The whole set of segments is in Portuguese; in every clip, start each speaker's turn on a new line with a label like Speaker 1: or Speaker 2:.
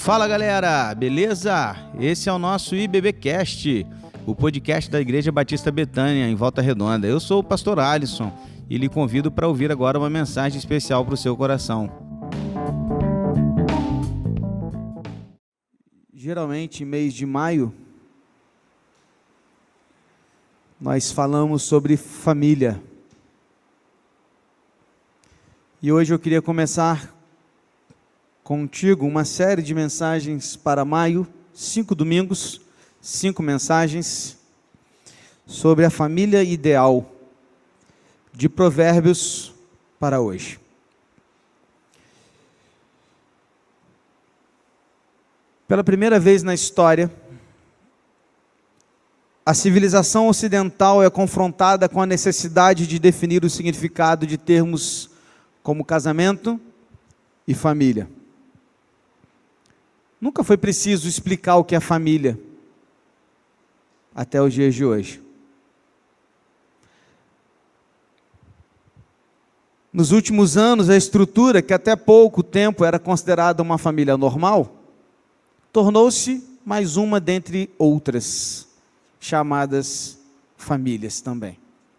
Speaker 1: Fala galera, beleza? Esse é o nosso IBBcast, o podcast da Igreja Batista Betânia, em Volta Redonda. Eu sou o pastor Alisson e lhe convido para ouvir agora uma mensagem especial para o seu coração. Geralmente, mês de maio, nós falamos sobre família. E hoje eu queria começar contigo uma série de mensagens para maio, 5 domingos, 5 mensagens sobre a família ideal, de Provérbios para hoje. Pela primeira vez na história, a civilização ocidental é confrontada com a necessidade de definir o significado de termos como casamento e família. Nunca foi preciso explicar o que é família, até os dias de hoje. Nos últimos anos, a estrutura, que até pouco tempo era considerada uma família normal, tornou-se mais uma dentre outras, chamadas famílias também.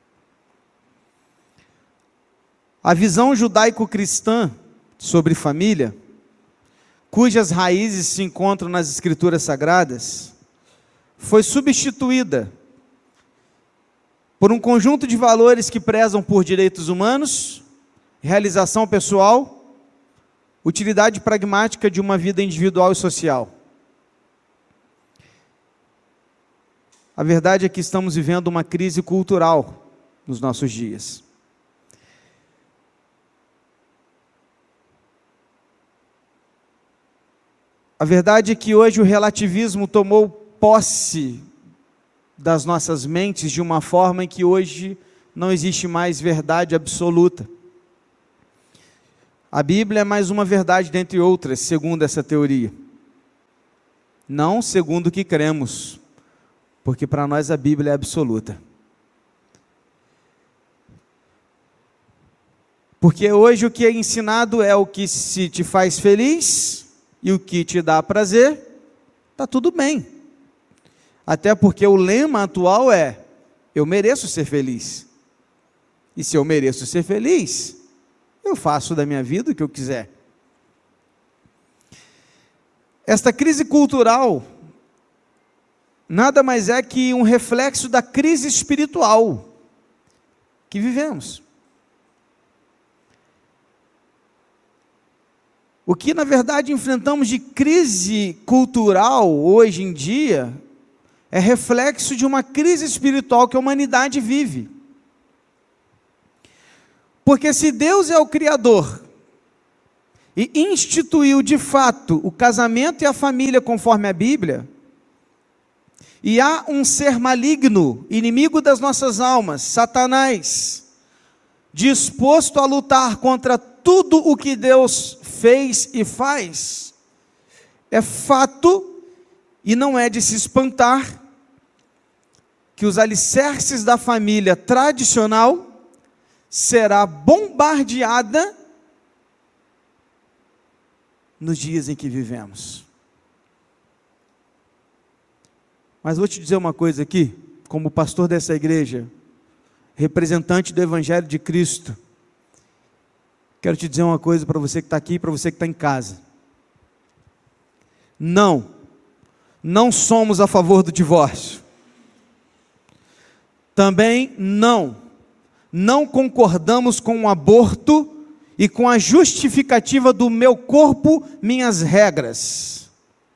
Speaker 1: A visão judaico-cristã sobre família, cujas raízes se encontram nas Escrituras Sagradas, foi substituída por um conjunto de valores que prezam por direitos humanos, realização pessoal, utilidade pragmática de uma vida individual e social. A verdade é que estamos vivendo uma crise cultural nos nossos dias. A verdade é que hoje o relativismo tomou posse das nossas mentes de uma forma em que hoje não existe mais verdade absoluta. A Bíblia é mais uma verdade dentre outras, segundo essa teoria. Não segundo o que cremos, porque para nós a Bíblia é absoluta. Porque hoje o que é ensinado é o que se te faz feliz e o que te dá prazer, está tudo bem. Até porque o lema atual é: eu mereço ser feliz. E se eu mereço ser feliz, eu faço da minha vida o que eu quiser. Esta crise cultural nada mais é que um reflexo da crise espiritual que vivemos. O que, na verdade, enfrentamos de crise cultural hoje em dia é reflexo de uma crise espiritual que a humanidade vive. Porque se Deus é o Criador e instituiu de fato o casamento e a família conforme a Bíblia, e há um ser maligno, inimigo das nossas almas, Satanás, disposto a lutar contra tudo o que Deus fez e faz, é fato, e não é de se espantar, que os alicerces da família tradicional será bombardeada nos dias em que vivemos. Mas vou te dizer uma coisa aqui, como pastor dessa igreja, representante do Evangelho de Cristo, quero te dizer uma coisa para você que está aqui e para você que está em casa. Não somos a favor do divórcio. Também não concordamos com o aborto e com a justificativa do meu corpo, minhas regras.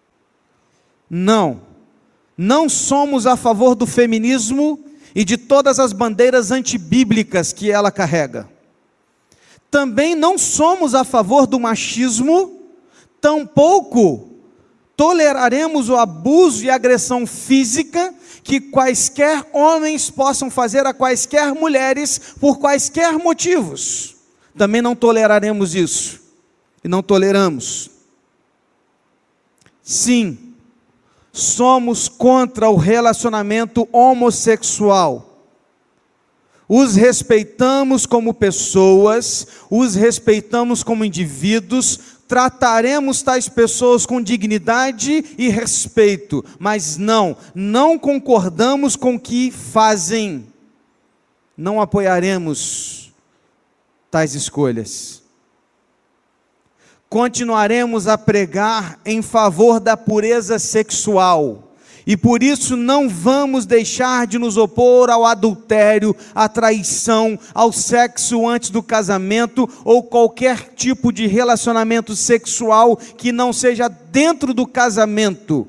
Speaker 1: Não somos a favor do feminismo e de todas as bandeiras antibíblicas que ela carrega. Também não somos a favor do machismo, tampouco toleraremos o abuso e agressão física que quaisquer homens possam fazer a quaisquer mulheres por quaisquer motivos. Também não toleraremos isso, e não toleramos. Sim, somos contra o relacionamento homossexual. Os respeitamos como pessoas, os respeitamos como indivíduos, trataremos tais pessoas com dignidade e respeito, mas não concordamos com o que fazem, não apoiaremos tais escolhas. Continuaremos a pregar em favor da pureza sexual, e por isso não vamos deixar de nos opor ao adultério, à traição, ao sexo antes do casamento, ou qualquer tipo de relacionamento sexual que não seja dentro do casamento.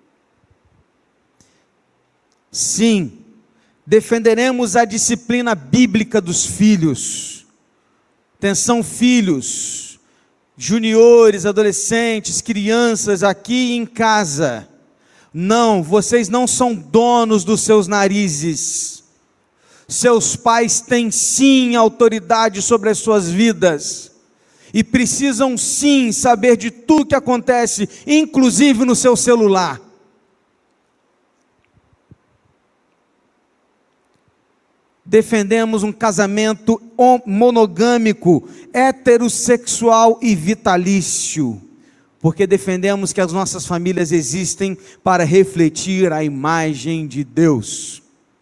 Speaker 1: Sim, defenderemos a disciplina bíblica dos filhos. Atenção, filhos, juniores, adolescentes, crianças aqui em casa. Não, vocês não são donos dos seus narizes. Seus pais têm sim autoridade sobre as suas vidas. E precisam sim saber de tudo que acontece, inclusive no seu celular. Defendemos um casamento monogâmico, heterossexual e vitalício. Porque defendemos que as nossas famílias existem para refletir a imagem de Deus.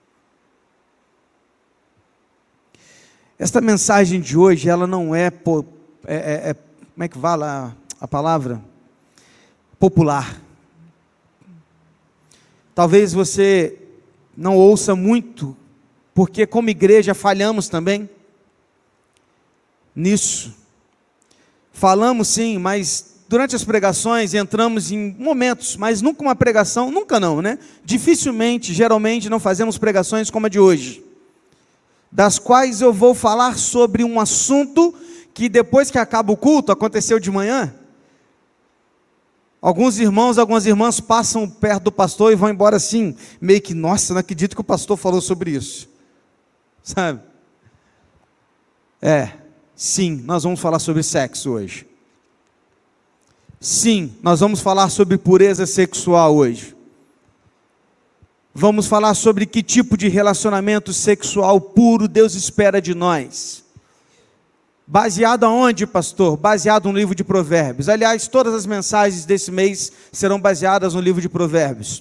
Speaker 1: Esta mensagem de hoje, ela não como é que fala a palavra? Popular. Talvez você não ouça muito, porque como igreja falhamos também nisso. Falamos sim, mas durante as pregações entramos em momentos, mas nunca uma pregação, nunca não, né? Dificilmente, geralmente não fazemos pregações como a de hoje, das quais eu vou falar sobre um assunto que depois que acaba o culto, aconteceu de manhã, alguns irmãos, algumas irmãs passam perto do pastor e vão embora assim, meio que, nossa, não acredito que o pastor falou sobre isso, sabe? Sim, nós vamos falar sobre sexo hoje. Sim, nós vamos falar sobre pureza sexual hoje. Vamos falar sobre que tipo de relacionamento sexual puro Deus espera de nós. Baseado aonde, pastor? Baseado no livro de Provérbios. Aliás, todas as mensagens desse mês serão baseadas no livro de Provérbios.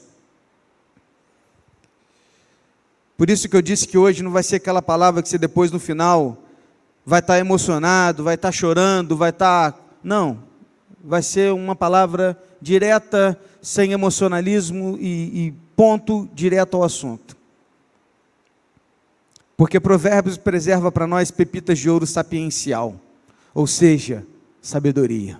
Speaker 1: Por isso que eu disse que hoje não vai ser aquela palavra que você depois no final vai estar emocionado, vai estar chorando, vai estar... Não. Vai ser uma palavra direta, sem emocionalismo e ponto direto ao assunto. Porque Provérbios preserva para nós pepitas de ouro sapiencial, ou seja, sabedoria.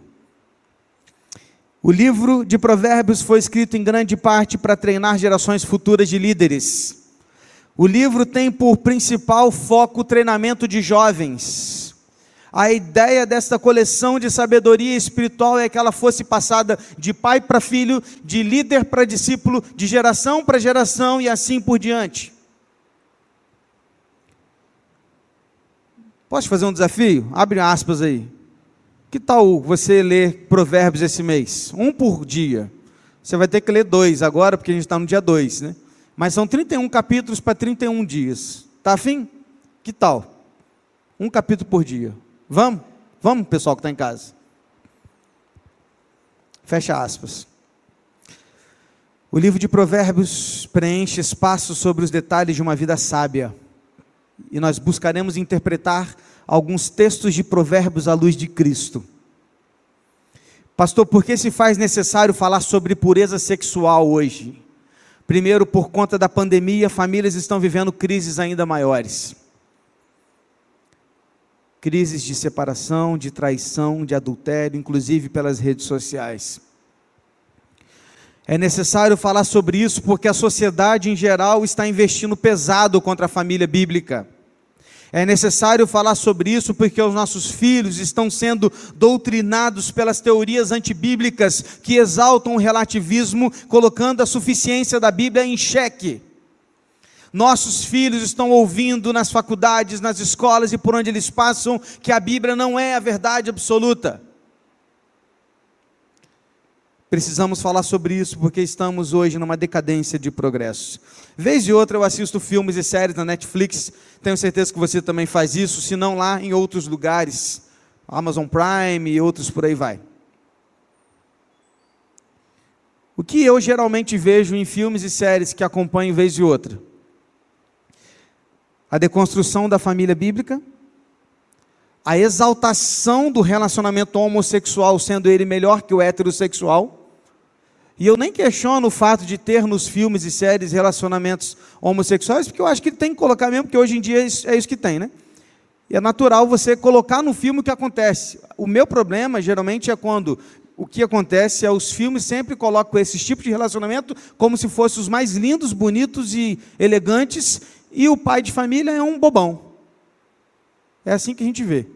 Speaker 1: O livro de Provérbios foi escrito em grande parte para treinar gerações futuras de líderes. O livro tem por principal foco o treinamento de jovens. A ideia desta coleção de sabedoria espiritual é que ela fosse passada de pai para filho, de líder para discípulo, de geração para geração e assim por diante. Posso fazer um desafio? Abre aspas aí. Que tal você ler Provérbios esse mês? 1 por dia. Você vai ter que ler 2 agora, porque a gente está no dia 2, né? Mas são 31 capítulos para 31 dias. Tá afim? Que tal? 1 capítulo por dia. Vamos? Vamos, pessoal que está em casa. Fecha aspas. O livro de Provérbios preenche espaço sobre os detalhes de uma vida sábia. E nós buscaremos interpretar alguns textos de Provérbios à luz de Cristo. Pastor, por que se faz necessário falar sobre pureza sexual hoje? Primeiro, por conta da pandemia, famílias estão vivendo crises ainda maiores. Crises de separação, de traição, de adultério, inclusive pelas redes sociais. É necessário falar sobre isso porque a sociedade em geral está investindo pesado contra a família bíblica. É necessário falar sobre isso porque os nossos filhos estão sendo doutrinados pelas teorias antibíblicas que exaltam o relativismo, colocando a suficiência da Bíblia em xeque. Nossos filhos estão ouvindo nas faculdades, nas escolas e por onde eles passam, que a Bíblia não é a verdade absoluta. Precisamos falar sobre isso porque estamos hoje numa decadência de progresso. Vez de outra eu assisto filmes e séries na Netflix, tenho certeza que você também faz isso, se não lá em outros lugares, Amazon Prime e outros por aí vai. O que eu geralmente vejo em filmes e séries que acompanho vez e outra? A deconstrução da família bíblica, a exaltação do relacionamento homossexual, sendo ele melhor que o heterossexual. E eu nem questiono o fato de ter nos filmes e séries relacionamentos homossexuais, porque eu acho que tem que colocar mesmo, porque hoje em dia é isso que tem, né? E é natural você colocar no filme o que acontece. O meu problema, geralmente, é quando o que acontece é os filmes sempre colocam esses tipos de relacionamento como se fossem os mais lindos, bonitos e elegantes, e o pai de família é um bobão. É assim que a gente vê.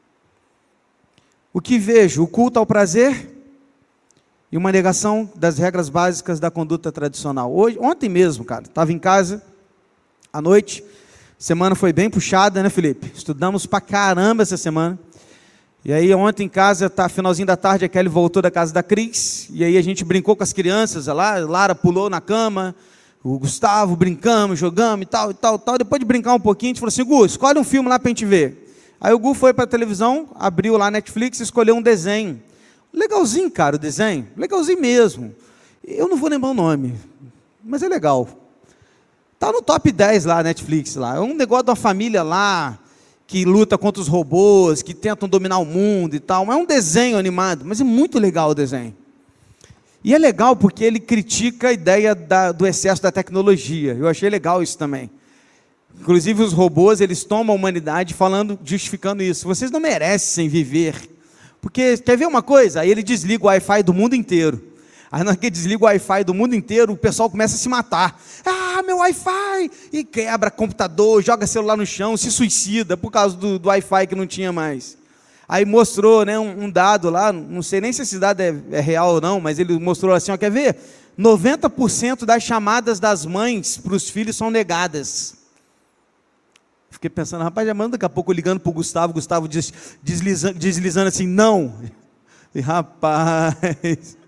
Speaker 1: O que vejo? O culto ao prazer e uma negação das regras básicas da conduta tradicional. Ontem mesmo, cara, estava em casa, à noite, semana foi bem puxada, né, Felipe? Estudamos pra caramba essa semana. E aí ontem em casa, finalzinho da tarde, a Kelly voltou da casa da Cris, e aí a gente brincou com as crianças lá, Lara pulou na cama, o Gustavo, brincamos, jogamos e tal. Depois de brincar um pouquinho, a gente falou assim: Gu, escolhe um filme lá para a gente ver. Aí o Gu foi para a televisão, abriu lá a Netflix e escolheu um desenho. Legalzinho, cara, o desenho. Legalzinho mesmo. Eu não vou lembrar o nome, mas é legal. Tá no top 10 lá, Netflix. Lá. É um negócio de uma família lá, que luta contra os robôs, que tentam dominar o mundo e tal. É um desenho animado, mas é muito legal o desenho. E é legal porque ele critica a ideia do excesso da tecnologia. Eu achei legal isso também. Inclusive os robôs, eles tomam a humanidade justificando isso. Vocês não merecem viver. Porque, quer ver uma coisa? Aí ele desliga o Wi-Fi do mundo inteiro. Aí na hora que ele desliga o Wi-Fi do mundo inteiro, o pessoal começa a se matar. Ah, meu Wi-Fi! E quebra computador, joga celular no chão, se suicida por causa do Wi-Fi que não tinha mais. Aí mostrou, né, um dado lá, não sei nem se esse dado é real ou não, mas ele mostrou assim, ó, quer ver? 90% das chamadas das mães para os filhos são negadas. Fiquei pensando, rapaz, já manda daqui a pouco ligando para o Gustavo deslizando assim, não. E rapaz...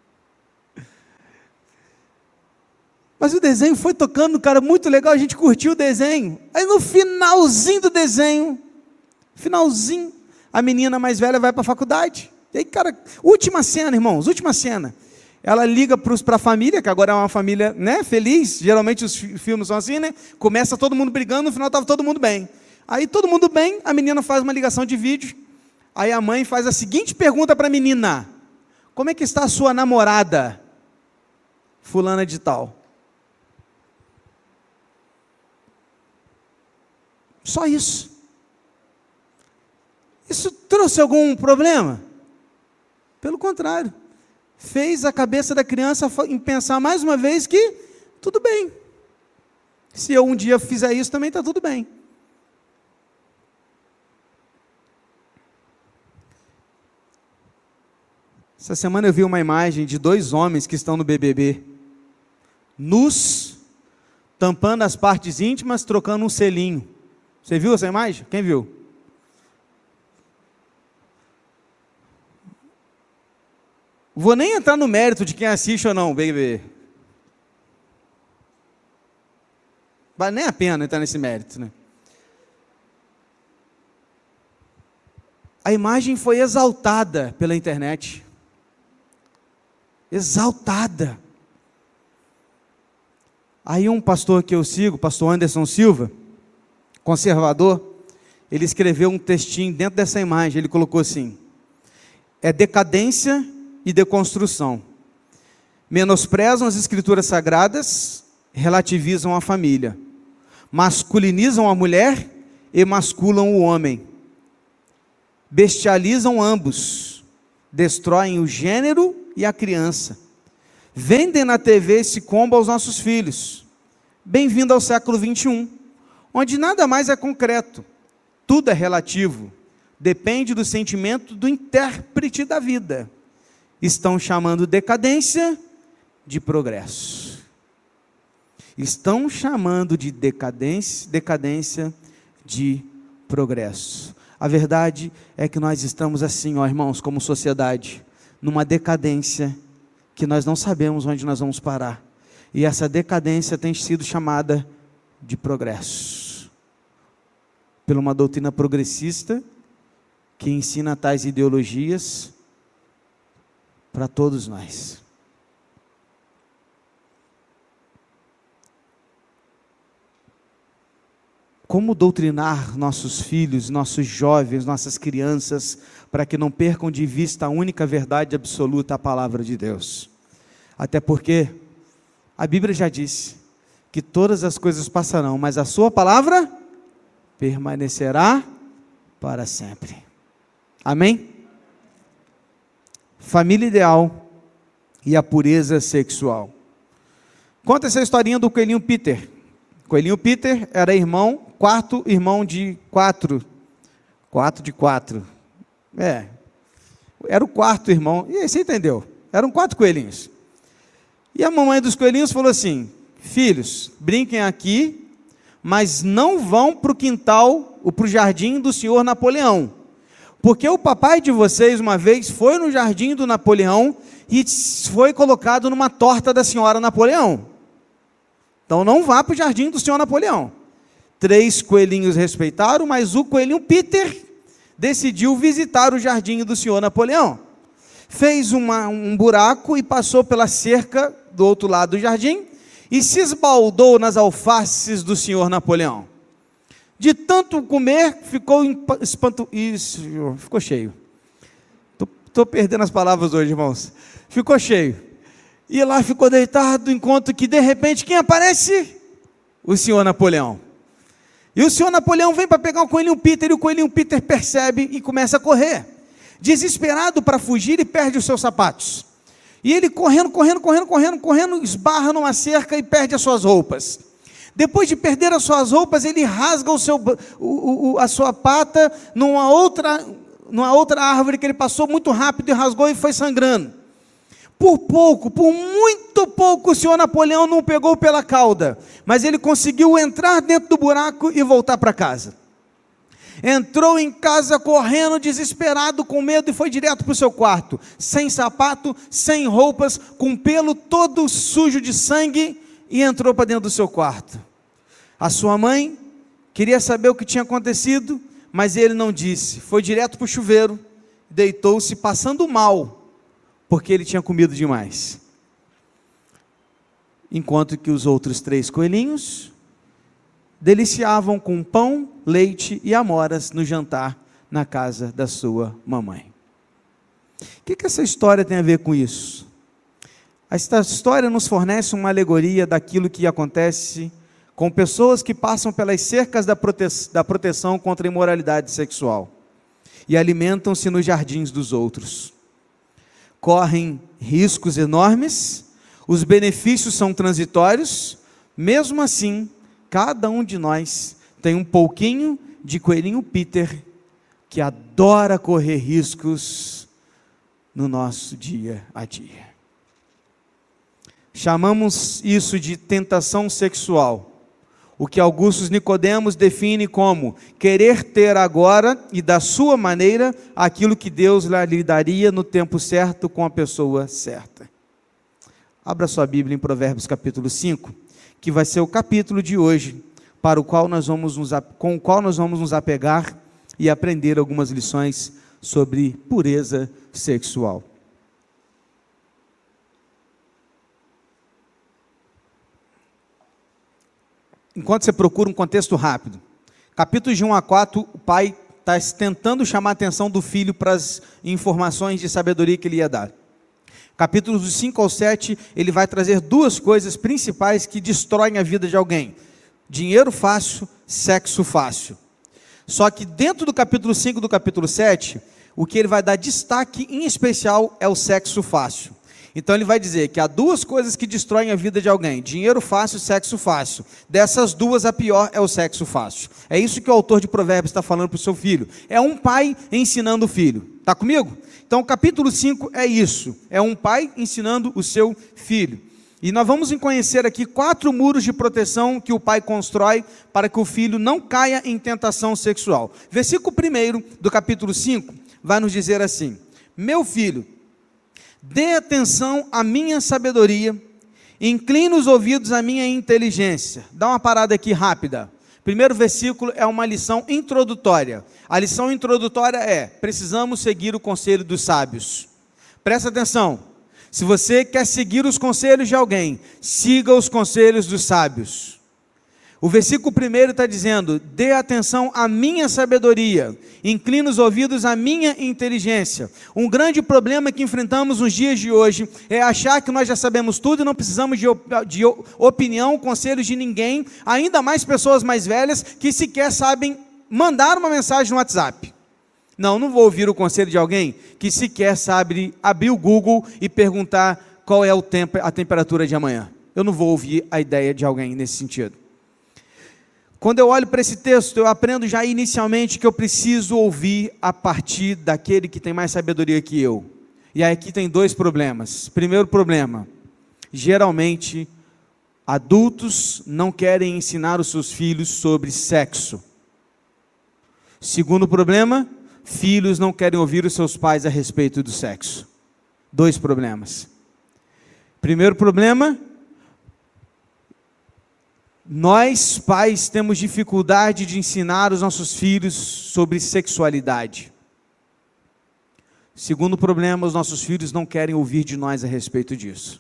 Speaker 1: Mas o desenho foi tocando, cara, muito legal, a gente curtiu o desenho. Aí no finalzinho do desenho, a menina mais velha vai para a faculdade. E aí, cara, última cena, irmãos, última cena. Ela liga para a família, que agora é uma família, né, feliz. Geralmente os filmes são assim, né? Começa todo mundo brigando, no final estava todo mundo bem. Aí todo mundo bem, a menina faz uma ligação de vídeo. Aí a mãe faz a seguinte pergunta para a menina: como é que está a sua namorada? Fulana de tal. Só isso. Isso trouxe algum problema? Pelo contrário. Fez a cabeça da criança em pensar mais uma vez que tudo bem. Se eu um dia fizer isso, também está tudo bem. Essa semana eu vi uma imagem de 2 homens que estão no BBB, nus, tampando as partes íntimas, trocando um selinho. Você viu essa imagem? Quem viu? Vou nem entrar no mérito de quem assiste ou não, BBB. Vale nem a pena entrar nesse mérito, né? A imagem foi exaltada pela internet. Exaltada. Aí um pastor que eu sigo, pastor Anderson Silva, conservador, ele escreveu um textinho dentro dessa imagem, ele colocou assim: é decadência e deconstrução. Menosprezam as escrituras sagradas, relativizam a família, masculinizam a mulher e masculam o homem, bestializam ambos, destroem o gênero e a criança, vendem na TV esse combo aos nossos filhos. Bem-vindo ao século 21, onde nada mais é concreto, tudo é relativo, depende do sentimento do intérprete da vida. Estão chamando decadência de progresso. Estão chamando de decadência de progresso. A verdade é que nós estamos assim, ó, irmãos, como sociedade, numa decadência que nós não sabemos onde nós vamos parar. E essa decadência tem sido chamada de progresso. Por uma doutrina progressista que ensina tais ideologias para todos nós. Como doutrinar nossos filhos, nossos jovens, nossas crianças, para que não percam de vista a única verdade absoluta, a palavra de Deus? Até porque a Bíblia já disse que todas as coisas passarão, mas a sua palavra permanecerá para sempre. Amém? Família ideal e a pureza sexual. Conta essa historinha do coelhinho Peter. O coelhinho Peter era quarto irmão de quatro. Era o quarto irmão. E aí você entendeu? Eram 4 coelhinhos. E a mamãe dos coelhinhos falou assim: filhos, brinquem aqui, mas não vão para o quintal ou para o jardim do senhor Napoleão. Porque o papai de vocês uma vez foi no jardim do Napoleão e foi colocado numa torta da senhora Napoleão. Então não vá para o jardim do senhor Napoleão. 3 coelhinhos respeitaram, mas o coelhinho Peter decidiu visitar o jardim do senhor Napoleão. Fez um buraco e passou pela cerca do outro lado do jardim e se esbaldou nas alfaces do senhor Napoleão. De tanto comer, ficou cheio. Estou perdendo as palavras hoje, irmãos. Ficou cheio. E lá ficou deitado, enquanto que de repente, quem aparece? O senhor Napoleão. E o senhor Napoleão vem para pegar o coelhinho Peter, e o coelhinho Peter percebe e começa a correr. Desesperado para fugir, e perde os seus sapatos. E ele correndo, esbarra numa cerca e perde as suas roupas. Depois de perder as suas roupas, ele rasga a sua pata numa outra árvore que ele passou muito rápido e rasgou e foi sangrando. Por muito pouco, o senhor Napoleão não pegou pela cauda, mas ele conseguiu entrar dentro do buraco e voltar para casa. Entrou em casa correndo, desesperado, com medo, e foi direto para o seu quarto, sem sapato, sem roupas, com pelo todo sujo de sangue, e entrou para dentro do seu quarto. A sua mãe queria saber o que tinha acontecido, mas ele não disse. Foi direto para o chuveiro, deitou-se passando mal, porque ele tinha comido demais. Enquanto que os outros 3 coelhinhos deliciavam com pão, leite e amoras no jantar na casa da sua mamãe. O que essa história tem a ver com isso? Esta história nos fornece uma alegoria daquilo que acontece com pessoas que passam pelas cercas da proteção contra a imoralidade sexual e alimentam-se nos jardins dos outros. Correm riscos enormes, os benefícios são transitórios, mesmo assim, cada um de nós tem um pouquinho de coelhinho Peter que adora correr riscos no nosso dia a dia. Chamamos isso de tentação sexual, o que Augusto Nicodemos define como querer ter agora e da sua maneira aquilo que Deus lhe daria no tempo certo com a pessoa certa. Abra sua Bíblia em Provérbios capítulo 5, que vai ser o capítulo de hoje, com o qual nós vamos nos apegar e aprender algumas lições sobre pureza sexual. Enquanto você procura um contexto rápido, capítulos de 1 a 4, o pai está tentando chamar a atenção do filho para as informações de sabedoria que ele ia dar. Capítulos dos 5 ao 7, ele vai trazer 2 coisas principais que destroem a vida de alguém: dinheiro fácil, sexo fácil. Só que dentro do capítulo 5 e do capítulo 7, o que ele vai dar destaque em especial é o sexo fácil. Então ele vai dizer que há 2 coisas que destroem a vida de alguém: dinheiro fácil, sexo fácil. Dessas 2, a pior é o sexo fácil. É isso que o autor de Provérbios está falando para o seu filho. É um pai ensinando o filho. Está comigo? Então o capítulo 5 é isso. É um pai ensinando o seu filho. E nós vamos conhecer aqui 4 muros de proteção que o pai constrói para que o filho não caia em tentação sexual. Versículo 1 do capítulo 5 vai nos dizer assim: meu filho, dê atenção à minha sabedoria, inclina os ouvidos à minha inteligência. Dá uma parada aqui rápida. Primeiro versículo é uma lição introdutória. A lição introdutória é: precisamos seguir o conselho dos sábios. Presta atenção. Se você quer seguir os conselhos de alguém, siga os conselhos dos sábios. O versículo 1 está dizendo: dê atenção à minha sabedoria, inclina os ouvidos à minha inteligência. Um grande problema que enfrentamos nos dias de hoje é achar que nós já sabemos tudo e não precisamos de opinião, conselhos de ninguém, ainda mais pessoas mais velhas que sequer sabem mandar uma mensagem no WhatsApp. Não vou ouvir o conselho de alguém que sequer sabe abrir o Google e perguntar qual é a temperatura de amanhã. Eu não vou ouvir a ideia de alguém nesse sentido. Quando eu olho para esse texto, eu aprendo já inicialmente que eu preciso ouvir a partir daquele que tem mais sabedoria que eu. E aqui tem dois problemas. Primeiro problema: geralmente adultos não querem ensinar os seus filhos sobre sexo. Segundo problema: filhos não querem ouvir os seus pais a respeito do sexo. Dois problemas. Primeiro problema: nós, pais, temos dificuldade de ensinar os nossos filhos sobre sexualidade. Segundo problema: os nossos filhos não querem ouvir de nós a respeito disso.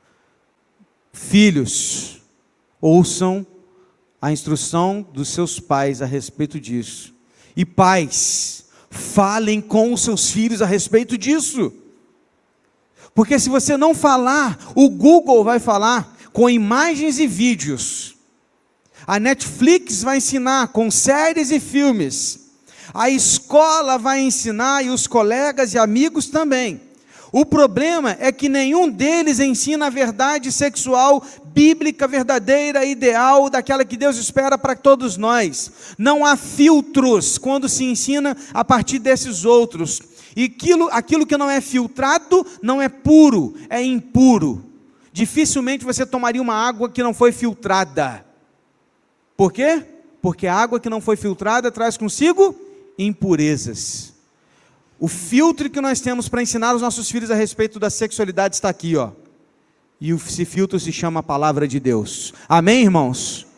Speaker 1: Filhos, ouçam a instrução dos seus pais a respeito disso. E pais, falem com os seus filhos a respeito disso. Porque se você não falar, o Google vai falar com imagens e vídeos. A Netflix vai ensinar com séries e filmes. A escola vai ensinar e os colegas e amigos também. O problema é que nenhum deles ensina a verdade sexual bíblica, verdadeira, ideal, daquela que Deus espera para todos nós. Não há filtros quando se ensina a partir desses outros. E aquilo que não é filtrado não é puro, é impuro. Dificilmente você tomaria uma água que não foi filtrada. Por quê? Porque a água que não foi filtrada traz consigo impurezas. O filtro que nós temos para ensinar os nossos filhos a respeito da sexualidade está aqui, ó. E esse filtro se chama a palavra de Deus. Amém, irmãos?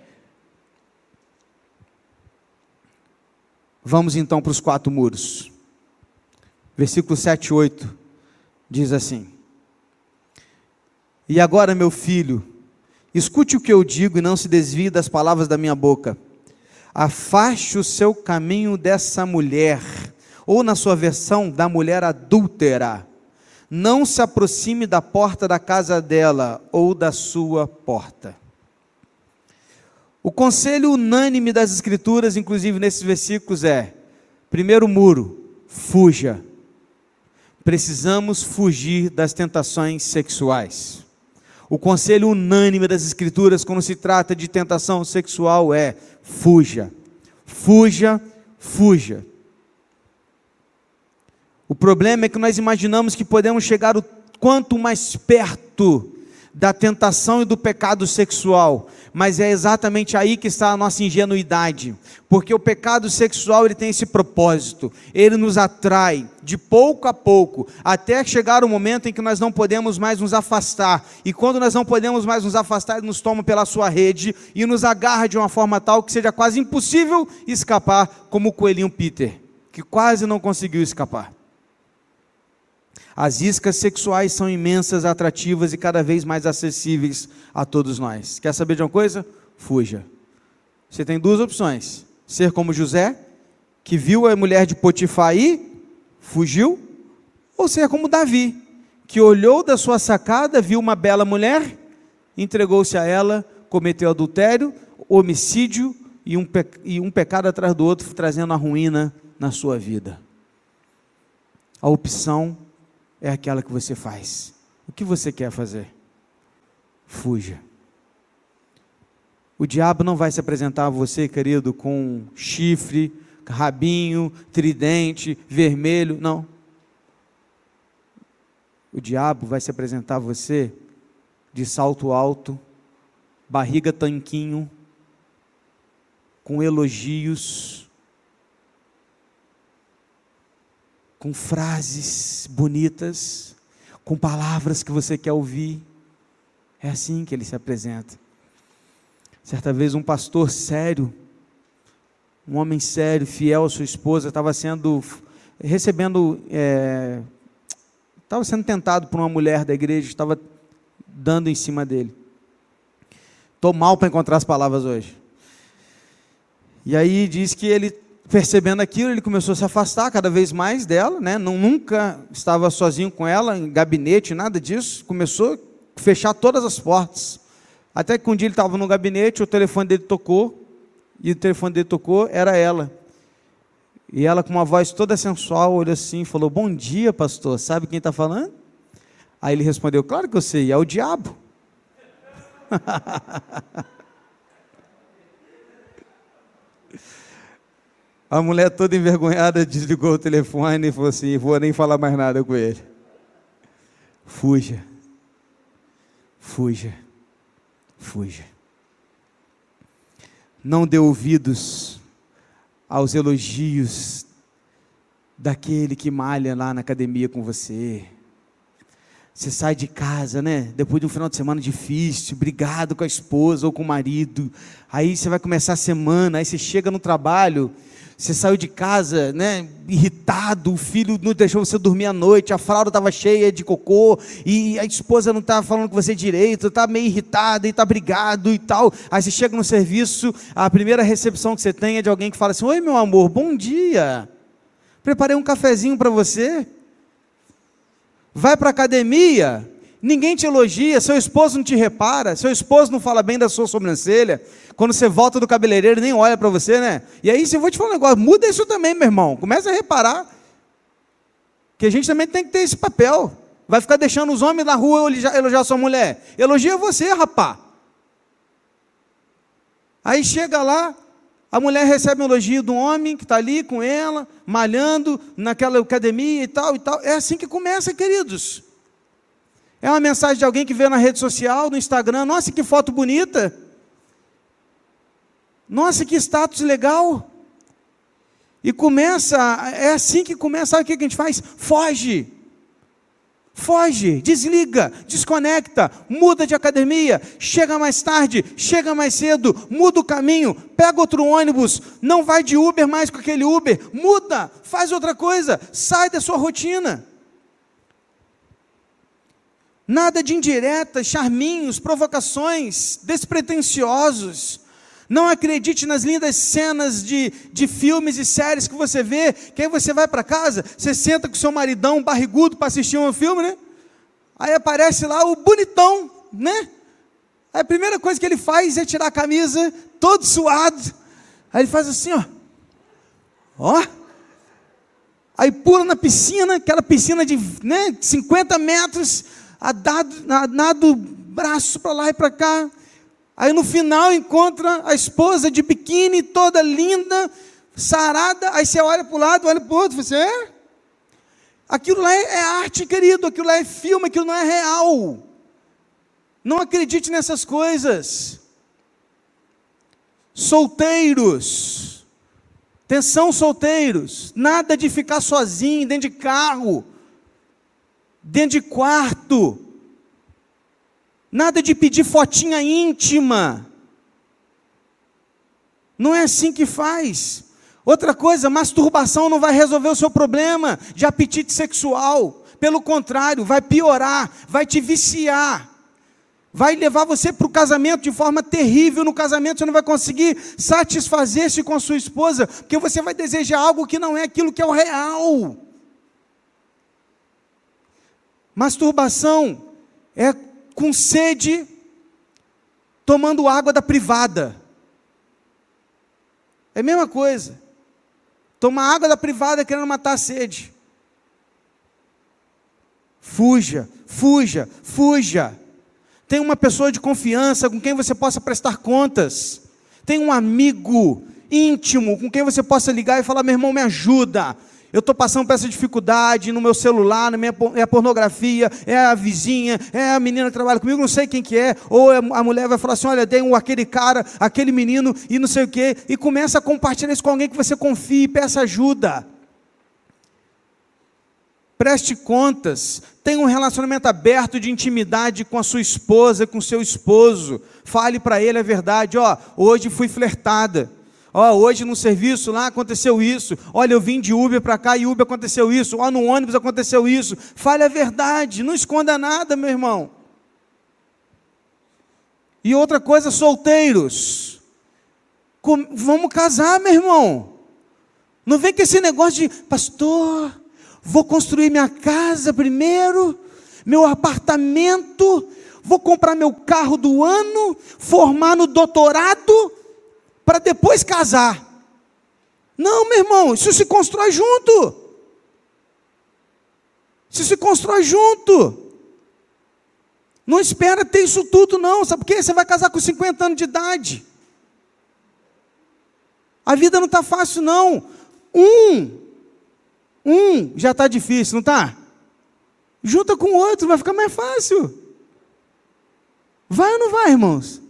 Speaker 1: Vamos então para os 4 muros. Versículo 7 e 8 diz assim: e agora, meu filho, escute o que eu digo e não se desvie das palavras da minha boca. Afaste o seu caminho dessa mulher, ou na sua versão, da mulher adúltera. Não se aproxime da porta da casa dela, ou da sua porta. O conselho unânime das Escrituras, inclusive nesses versículos, é: primeiro muro, fuja. Precisamos fugir das tentações sexuais. O conselho unânime das Escrituras, quando se trata de tentação sexual, é: fuja, fuja, fuja. O problema é que nós imaginamos que podemos chegar o quanto mais perto da tentação e do pecado sexual, mas é exatamente aí que está a nossa ingenuidade, porque o pecado sexual ele tem esse propósito, ele nos atrai de pouco a pouco, até chegar o momento em que nós não podemos mais nos afastar, e quando nós não podemos mais nos afastar, ele nos toma pela sua rede, e nos agarra de uma forma tal que seja quase impossível escapar, como o coelhinho Peter, que quase não conseguiu escapar. As iscas sexuais são imensas, atrativas e cada vez mais acessíveis a todos nós. Quer saber de uma coisa? Fuja. Você tem 2 opções: ser como José, que viu a mulher de Potifar e fugiu, ou ser como Davi, que olhou da sua sacada, viu uma bela mulher, entregou-se a ela, cometeu adultério, homicídio e um pecado atrás do outro, trazendo a ruína na sua vida. A opção é aquela que você faz. O que você quer fazer? Fuja. O diabo não vai se apresentar a você, querido, com chifre, rabinho, tridente, vermelho, não. O diabo vai se apresentar a você de salto alto, barriga tanquinho, com elogios, com frases bonitas, com palavras que você quer ouvir. É assim que ele se apresenta. Certa vez um pastor sério, um homem sério, fiel à sua esposa, estava sendo tentado por uma mulher da igreja, estava dando em cima dele. Estou mal para encontrar as palavras hoje. E aí diz que ele, percebendo aquilo, ele começou a se afastar cada vez mais dela, né? Nunca estava sozinho com ela, em gabinete, nada disso. Começou a fechar todas as portas. Até que um dia ele estava no gabinete, o telefone dele tocou, e o telefone dele tocou, era ela. E ela, com uma voz toda sensual, olhou assim e falou: bom dia, pastor, sabe quem está falando? Aí ele respondeu: claro que eu sei, é o diabo. A mulher toda envergonhada desligou o telefone e falou assim: vou nem falar mais nada com ele. Fuja, fuja, fuja. Não dê ouvidos aos elogios daquele que malha lá na academia com você. Você sai de casa, né? Depois de um final de semana difícil, brigado com a esposa ou com o marido. Aí você vai começar a semana, aí você chega no trabalho, você saiu de casa, né? Irritado, o filho não deixou você dormir à noite, a fralda estava cheia de cocô, e a esposa não estava falando com você direito, está meio irritada e está brigado e tal. Aí você chega no serviço, a primeira recepção que você tem é de alguém que fala assim: oi, meu amor, bom dia. Preparei um cafezinho para você. Vai para a academia, ninguém te elogia, seu esposo não te repara, seu esposo não fala bem da sua sobrancelha, quando você volta do cabeleireiro nem olha para você, né? E aí, se eu vou te falar um negócio, muda isso também, meu irmão, começa a reparar, que a gente também tem que ter esse papel. Vai ficar deixando os homens na rua elogiar sua mulher? Elogia você, rapá. Aí chega lá, a mulher recebe um elogio do homem que está ali com ela, malhando naquela academia e tal e tal. É assim que começa, queridos. É uma mensagem de alguém que vê na rede social, no Instagram: nossa, que foto bonita. Nossa, que status legal. E começa, é assim que começa. Sabe o que a gente faz? Foge. Foge, desliga, desconecta, muda de academia, chega mais tarde, chega mais cedo, muda o caminho, pega outro ônibus, não vai de Uber mais com aquele Uber, muda, faz outra coisa, sai da sua rotina. Nada de indiretas, charminhos, provocações, despretensiosos. Não acredite nas lindas cenas de filmes e séries que você vê, que aí você vai para casa, você senta com seu maridão barrigudo para assistir um filme, né? Aí aparece lá o bonitão, né? Aí a primeira coisa que ele faz é tirar a camisa, todo suado. Aí ele faz assim, ó. Ó. Aí pula na piscina, aquela piscina de, né, 50 metros, nada o braço para lá e para cá. Aí no final encontra a esposa de biquíni, toda linda, sarada. Aí você olha para o lado, olha para o outro, você aquilo lá é arte, querido, aquilo lá é filme, aquilo não é real. Não acredite nessas coisas. Solteiros, atenção solteiros, nada de ficar sozinho, dentro de carro, dentro de quarto. Nada de pedir fotinha íntima. Não é assim que faz. Outra coisa, masturbação não vai resolver o seu problema de apetite sexual. Pelo contrário, vai piorar, vai te viciar. Vai levar você para o casamento de forma terrível. No casamento você não vai conseguir satisfazer-se com a sua esposa, porque você vai desejar algo que não é aquilo que é o real. Masturbação é com sede, tomando água da privada. É a mesma coisa. Tomar água da privada querendo matar a sede. Fuja, fuja, fuja. Tem uma pessoa de confiança com quem você possa prestar contas. Tem um amigo íntimo com quem você possa ligar e falar: meu irmão, me ajuda. Eu estou passando por essa dificuldade no meu celular, é a pornografia, é a vizinha, é a menina que trabalha comigo, não sei quem que é, ou a mulher vai falar assim: olha, dei aquele cara, aquele menino, e não sei o quê, e começa a compartilhar isso com alguém que você confie, peça ajuda. Preste contas, tenha um relacionamento aberto de intimidade com a sua esposa, com o seu esposo, fale para ele a verdade: ó, hoje fui flertada. Ó, hoje no serviço lá aconteceu isso. Olha, eu vim de Uber para cá e Uber aconteceu isso. Ó, no ônibus aconteceu isso. Fale a verdade, não esconda nada, meu irmão. E outra coisa, solteiros, vamos casar, meu irmão. Não vem com esse negócio de, pastor, vou construir minha casa primeiro, meu apartamento, vou comprar meu carro do ano, formar no doutorado, para depois casar. Não, meu irmão, isso se constrói junto. Isso se constrói junto. Não espera ter isso tudo, não. Sabe por quê? Você vai casar com 50 anos de idade. A vida não está fácil, não. Já está difícil, não está? Junta com o outro, vai ficar mais fácil. Vai ou não vai, irmãos?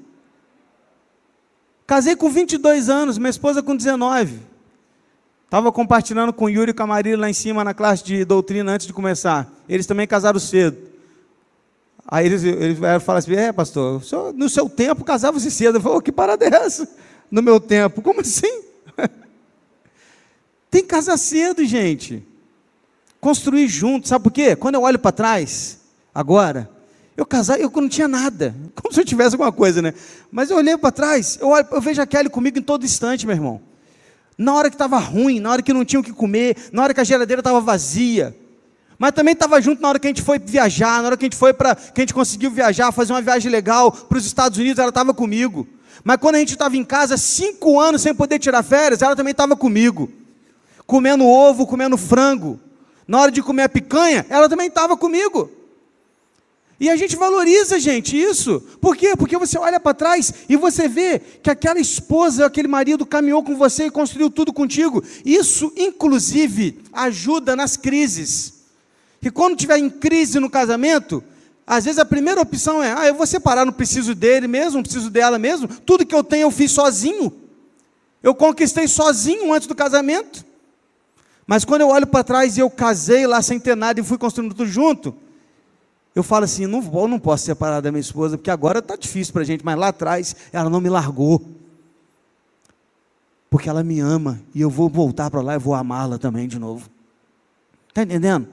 Speaker 1: Casei com 22 anos, minha esposa com 19. Estava compartilhando com o Yuri e com a Marília lá em cima na classe de doutrina antes de começar. Eles também casaram cedo. Aí eles falam assim, pastor, no seu tempo casava-se cedo. Eu falo, que parada é essa? No meu tempo, como assim? Tem que casar cedo, gente. Construir junto, sabe por quê? Quando eu olho para trás, agora, eu não tinha nada, como se eu tivesse alguma coisa, né? Mas eu olhei para trás, eu vejo a Kelly comigo em todo instante, meu irmão. Na hora que estava ruim, na hora que não tinha o que comer, na hora que a geladeira estava vazia, mas também estava junto na hora que a gente foi viajar, na hora que a gente conseguiu viajar, fazer uma viagem legal para os Estados Unidos, ela estava comigo. Mas quando a gente estava em casa, 5 anos sem poder tirar férias, ela também estava comigo, comendo ovo, comendo frango. Na hora de comer a picanha, ela também estava comigo. E a gente valoriza, gente, isso. Por quê? Porque você olha para trás e você vê que aquela esposa, aquele marido caminhou com você e construiu tudo contigo. Isso, inclusive, ajuda nas crises. Que quando tiver em crise no casamento, às vezes a primeira opção é, eu vou separar, não preciso dele mesmo, não preciso dela mesmo. Tudo que eu tenho eu fiz sozinho. Eu conquistei sozinho antes do casamento. Mas quando eu olho para trás e eu casei lá sem ter nada e fui construindo tudo junto, eu falo assim, eu não posso separar da minha esposa, porque agora está difícil para a gente, mas lá atrás ela não me largou, porque ela me ama, e eu vou voltar para lá e vou amá-la também de novo. Está entendendo?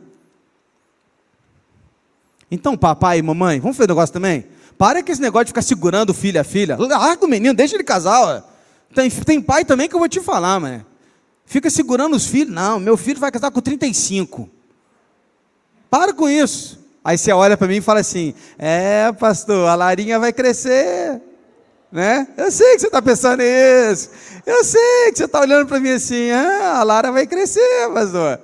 Speaker 1: Então papai e mamãe, vamos fazer um negócio também? Para com esse negócio de ficar segurando o filho e a filha, larga o menino, deixa ele casar, ó. Tem pai também que eu vou te falar, mano. Fica segurando os filhos, não, meu filho vai casar com 35, para com isso. Aí você olha para mim e fala assim, pastor, a Larinha vai crescer, né? Eu sei que você está pensando nisso, eu sei que você está olhando para mim assim, a Lara vai crescer, pastor.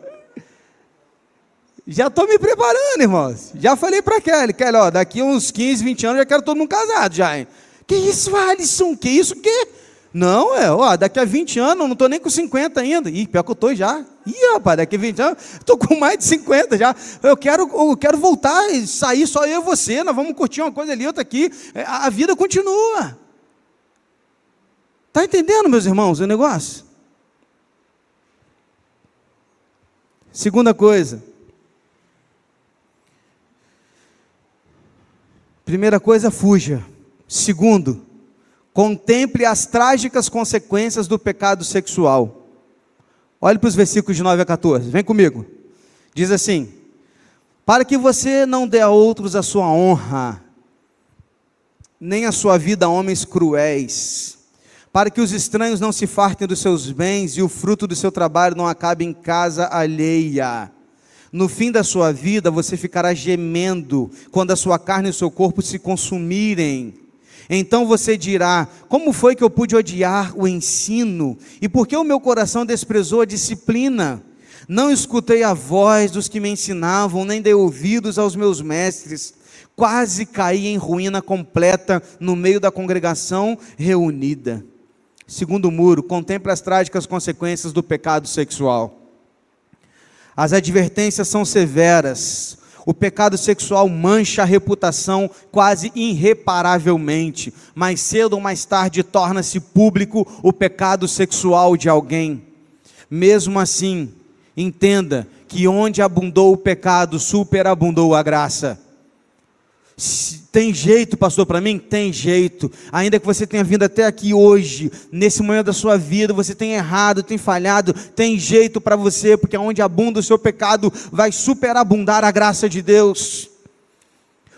Speaker 1: Já estou me preparando, irmãos, já falei para Kelly, ó, daqui uns 15, 20 anos eu já quero todo mundo casado já, hein? Que isso, Alisson, que isso, que? Não, daqui a 20 anos, eu não estou nem com 50 ainda. Ih, pior que eu estou já. Ih, rapaz, daqui a 20 anos, estou com mais de 50 já. Eu quero voltar e sair só eu e você, nós vamos curtir uma coisa ali, outra aqui. A vida continua. Está entendendo, meus irmãos, o negócio? Segunda coisa. Primeira coisa, fuja. Segundo, contemple as trágicas consequências do pecado sexual. Olhe para os versículos de 9 a 14, vem comigo. Diz assim, para que você não dê a outros a sua honra, nem a sua vida a homens cruéis, para que os estranhos não se fartem dos seus bens e o fruto do seu trabalho não acabe em casa alheia. No fim da sua vida você ficará gemendo, quando a sua carne e o seu corpo se consumirem. Então você dirá, como foi que eu pude odiar o ensino? E por que o meu coração desprezou a disciplina? Não escutei a voz dos que me ensinavam, nem dei ouvidos aos meus mestres. Quase caí em ruína completa no meio da congregação reunida. Segundo muro, contemple as trágicas consequências do pecado sexual. As advertências são severas. O pecado sexual mancha a reputação quase irreparavelmente. Mais cedo ou mais tarde torna-se público o pecado sexual de alguém. Mesmo assim, entenda que onde abundou o pecado, superabundou a graça. Tem jeito, pastor, para mim? Tem jeito. Ainda que você tenha vindo até aqui hoje, nesse momento da sua vida, você tenha errado, tenha falhado, tem jeito para você, porque onde abunda o seu pecado, vai superabundar a graça de Deus.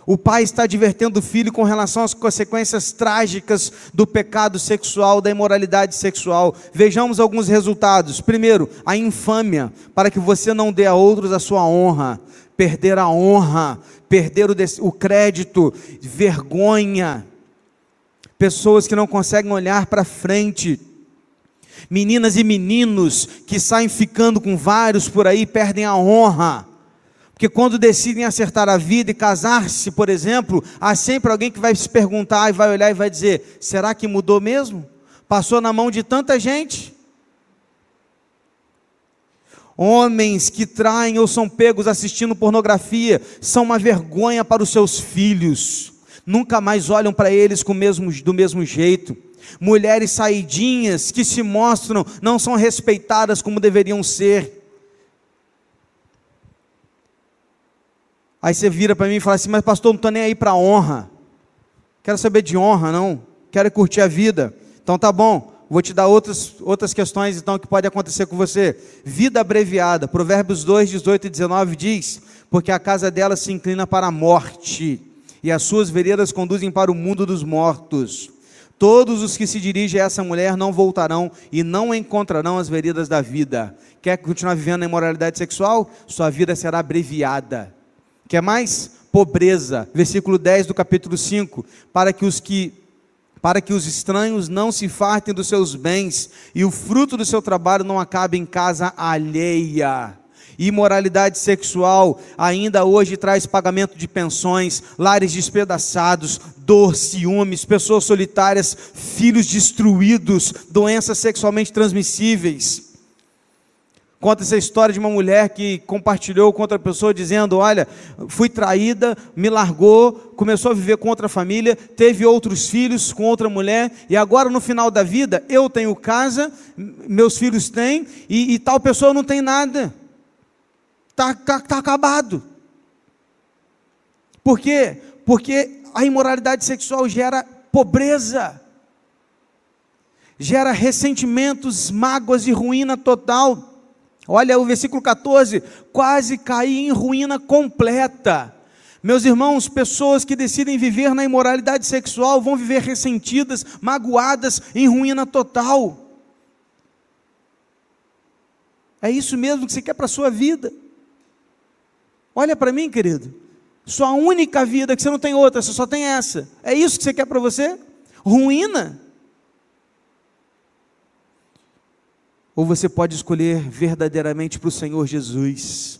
Speaker 1: O pai está advertendo o filho com relação às consequências trágicas do pecado sexual, da imoralidade sexual. Vejamos alguns resultados. Primeiro, a infâmia, para que você não dê a outros a sua honra. Perder a honra, perder o crédito, vergonha. Pessoas que não conseguem olhar para frente. Meninas e meninos que saem ficando com vários por aí, perdem a honra. Porque quando decidem acertar a vida e casar-se, por exemplo, há sempre alguém que vai se perguntar e vai olhar e vai dizer: será que mudou mesmo? Passou na mão de tanta gente? Homens que traem ou são pegos assistindo pornografia são uma vergonha para os seus filhos. Nunca mais olham para eles do mesmo jeito. Mulheres saidinhas que se mostram, não são respeitadas como deveriam ser. Aí você vira para mim e fala assim: mas pastor, não estou nem aí para honra. Quero saber de honra, não. Quero curtir a vida. Então tá bom, vou te dar outras questões então que pode acontecer com você. Vida abreviada. Provérbios 2, 18 e 19 diz: porque a casa dela se inclina para a morte, e as suas veredas conduzem para o mundo dos mortos. Todos os que se dirigem a essa mulher não voltarão e não encontrarão as veredas da vida. Quer continuar vivendo na imoralidade sexual? Sua vida será abreviada. Quer mais? Pobreza. Versículo 10 do capítulo 5. Para que os estranhos não se fartem dos seus bens e o fruto do seu trabalho não acabe em casa alheia. Imoralidade sexual ainda hoje traz pagamento de pensões, lares despedaçados, dor, ciúmes, pessoas solitárias, filhos destruídos, doenças sexualmente transmissíveis. Conta essa história de uma mulher que compartilhou com outra pessoa dizendo: olha, fui traída, me largou, começou a viver com outra família, teve outros filhos com outra mulher, e agora no final da vida, eu tenho casa, meus filhos têm, e tal pessoa não tem nada. Está acabado. Por quê? Porque a imoralidade sexual gera pobreza, gera ressentimentos, mágoas e ruína total. Olha o versículo 14: quase caí em ruína completa. Meus irmãos, pessoas que decidem viver na imoralidade sexual vão viver ressentidas, magoadas, em ruína total. É isso mesmo que você quer para a sua vida? Olha para mim, querido, sua única vida, que você não tem outra, você só tem essa. É isso que você quer para você? Ruína? Ou você pode escolher verdadeiramente para o Senhor Jesus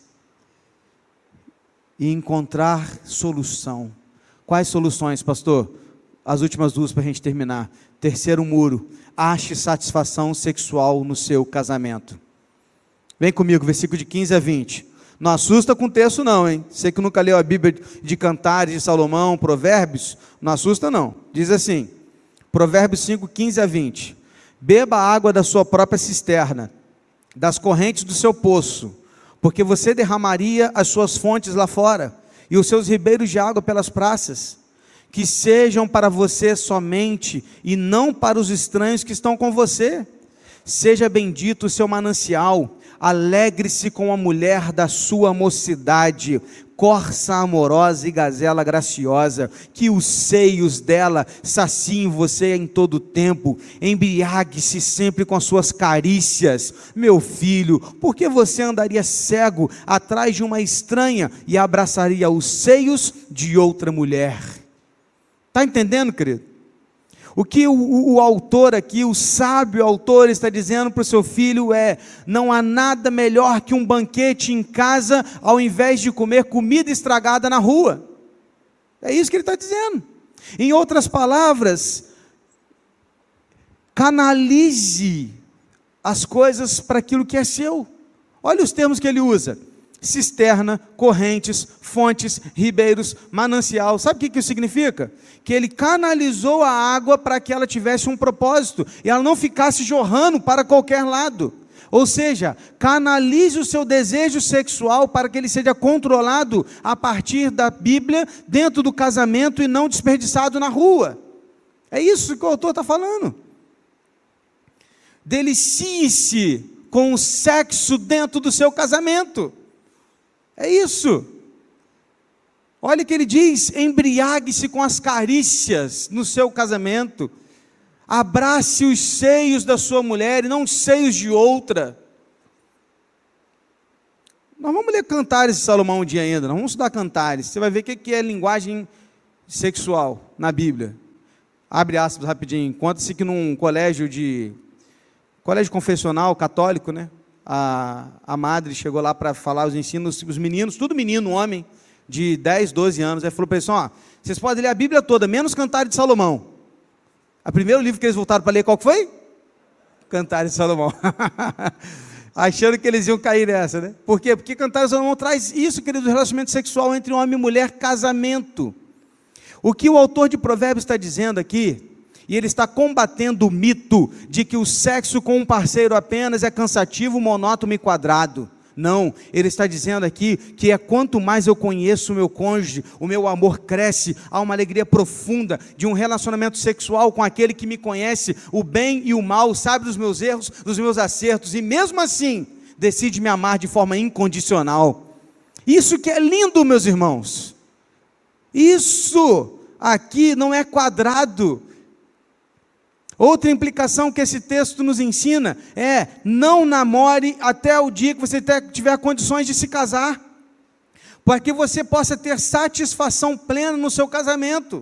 Speaker 1: e encontrar solução. Quais soluções, pastor? As últimas duas para a gente terminar. Terceiro muro: ache satisfação sexual no seu casamento. Vem comigo, versículo de 15 a 20. Não assusta com o texto não, hein? Você que nunca leu a Bíblia de Cantares, de Salomão, Provérbios, não assusta não. Diz assim, Provérbios 5, 15 a 20. Beba a água da sua própria cisterna, das correntes do seu poço, porque você derramaria as suas fontes lá fora, e os seus ribeiros de água pelas praças, que sejam para você somente, e não para os estranhos que estão com você. Seja bendito o seu manancial, alegre-se com a mulher da sua mocidade, corça amorosa e gazela graciosa, que os seios dela saciem você em todo o tempo, embriague-se sempre com as suas carícias. Meu filho, por que você andaria cego atrás de uma estranha e abraçaria os seios de outra mulher? Está entendendo, querido? O que o autor aqui, o sábio autor, está dizendo para o seu filho é: não há nada melhor que um banquete em casa, ao invés de comer comida estragada na rua. É isso que ele está dizendo. Em outras palavras, canalize as coisas para aquilo que é seu. Olha os termos que ele usa: cisterna, correntes, fontes, ribeiros, manancial. Sabe o que isso significa? Que ele canalizou a água para que ela tivesse um propósito, e ela não ficasse jorrando para qualquer lado. Ou seja, canalize o seu desejo sexual para que ele seja controlado a partir da Bíblia, dentro do casamento, e não desperdiçado na rua. É isso que o autor está falando. Delicie-se com o sexo dentro do seu casamento. É isso. Olha que ele diz: embriague-se com as carícias no seu casamento, abrace os seios da sua mulher e não os seios de outra. Nós vamos ler Cantares de Salomão um dia ainda, nós vamos estudar Cantares, você vai ver o que é linguagem sexual na Bíblia. Abre aspas rapidinho. Conta-se que num colégio confessional católico, né, a madre chegou lá para falar os ensinos, os meninos, tudo menino, homem, de 10, 12 anos, aí falou para eles: ó, vocês podem ler a Bíblia toda, menos Cantares de Salomão. O primeiro livro que eles voltaram para ler, qual que foi? Cantares de Salomão. Achando que eles iam cair nessa, né? Por quê? Porque Cantares de Salomão traz isso, querido, relacionamento sexual entre homem e mulher, casamento. O que o autor de Provérbios está dizendo aqui, e ele está combatendo o mito de que o sexo com um parceiro apenas é cansativo, monótono e quadrado. Não, ele está dizendo aqui que é quanto mais eu conheço o meu cônjuge, o meu amor cresce, há uma alegria profunda de um relacionamento sexual com aquele que me conhece, o bem e o mal, sabe dos meus erros, dos meus acertos, e mesmo assim, decide me amar de forma incondicional. Isso que é lindo, meus irmãos. Isso aqui não é quadrado. Outra implicação que esse texto nos ensina é: não namore até o dia que você tiver condições de se casar, para que você possa ter satisfação plena no seu casamento.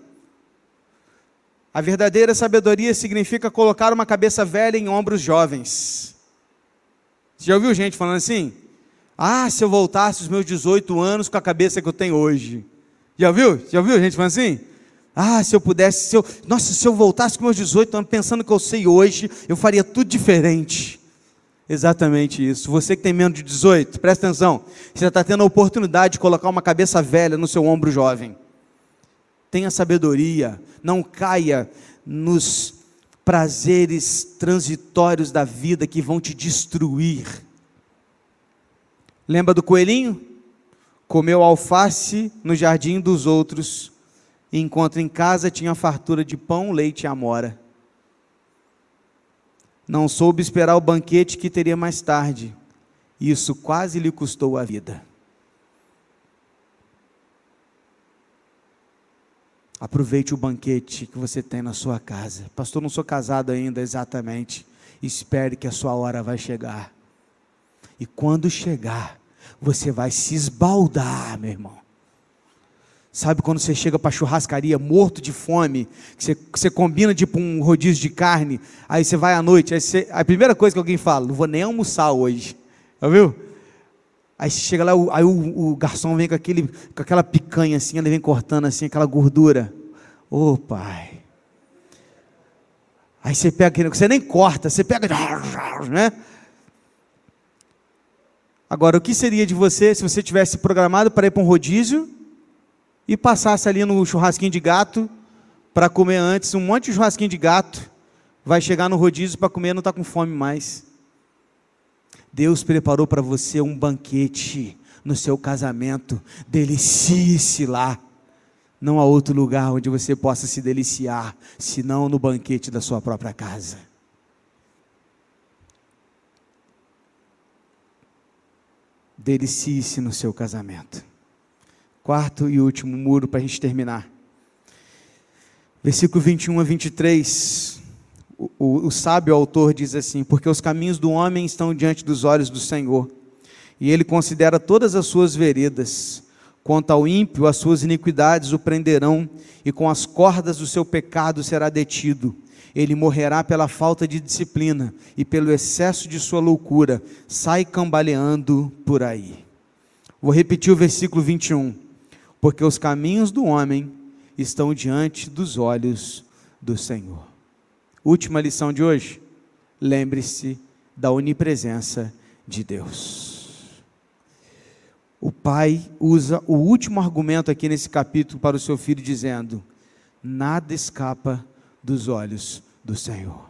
Speaker 1: A verdadeira sabedoria significa colocar uma cabeça velha em ombros jovens. Você já ouviu gente falando assim? Ah, se eu voltasse aos meus 18 anos com a cabeça que eu tenho hoje. Já ouviu? Já ouviu gente falando assim? Ah, se eu pudesse, se eu voltasse com meus 18 anos, pensando que eu sei hoje, eu faria tudo diferente. Exatamente isso. Você que tem menos de 18, presta atenção, você está tendo a oportunidade de colocar uma cabeça velha no seu ombro jovem. Tenha sabedoria, não caia nos prazeres transitórios da vida que vão te destruir. Lembra do coelhinho? Comeu alface no jardim dos outros, enquanto em casa tinha fartura de pão, leite e amora. Não soube esperar o banquete que teria mais tarde. Isso quase lhe custou a vida. Aproveite o banquete que você tem na sua casa. Pastor, não sou casado ainda, exatamente. Espere que a sua hora vai chegar. E quando chegar, você vai se esbaldar, meu irmão. Sabe quando você chega para a churrascaria morto de fome, que você combina tipo um rodízio de carne, aí você vai à noite, a primeira coisa que alguém fala: não vou nem almoçar hoje, viu? Aí você chega lá, aí o garçom vem com aquela picanha assim, ele vem cortando assim, aquela gordura. Ô pai! Aí você pega, você nem corta, você pega, né? Agora, o que seria de você se você tivesse programado para ir para um rodízio e passasse ali no churrasquinho de gato para comer antes, um monte de churrasquinho de gato, vai chegar no rodízio para comer e não está com fome mais. Deus preparou para você um banquete no seu casamento, delicie-se lá. Não há outro lugar onde você possa se deliciar, senão no banquete da sua própria casa. Delicie-se no seu casamento. Quarto e último muro para a gente terminar. Versículo 21 a 23. O sábio autor diz assim: porque os caminhos do homem estão diante dos olhos do Senhor, e ele considera todas as suas veredas. Quanto ao ímpio, as suas iniquidades o prenderão, e com as cordas do seu pecado será detido. Ele morrerá pela falta de disciplina, e pelo excesso de sua loucura, sai cambaleando por aí. Vou repetir o versículo 21. Porque os caminhos do homem estão diante dos olhos do Senhor. Última lição de hoje: lembre-se da onipresença de Deus. O pai usa o último argumento aqui nesse capítulo para o seu filho, dizendo: nada escapa dos olhos do Senhor.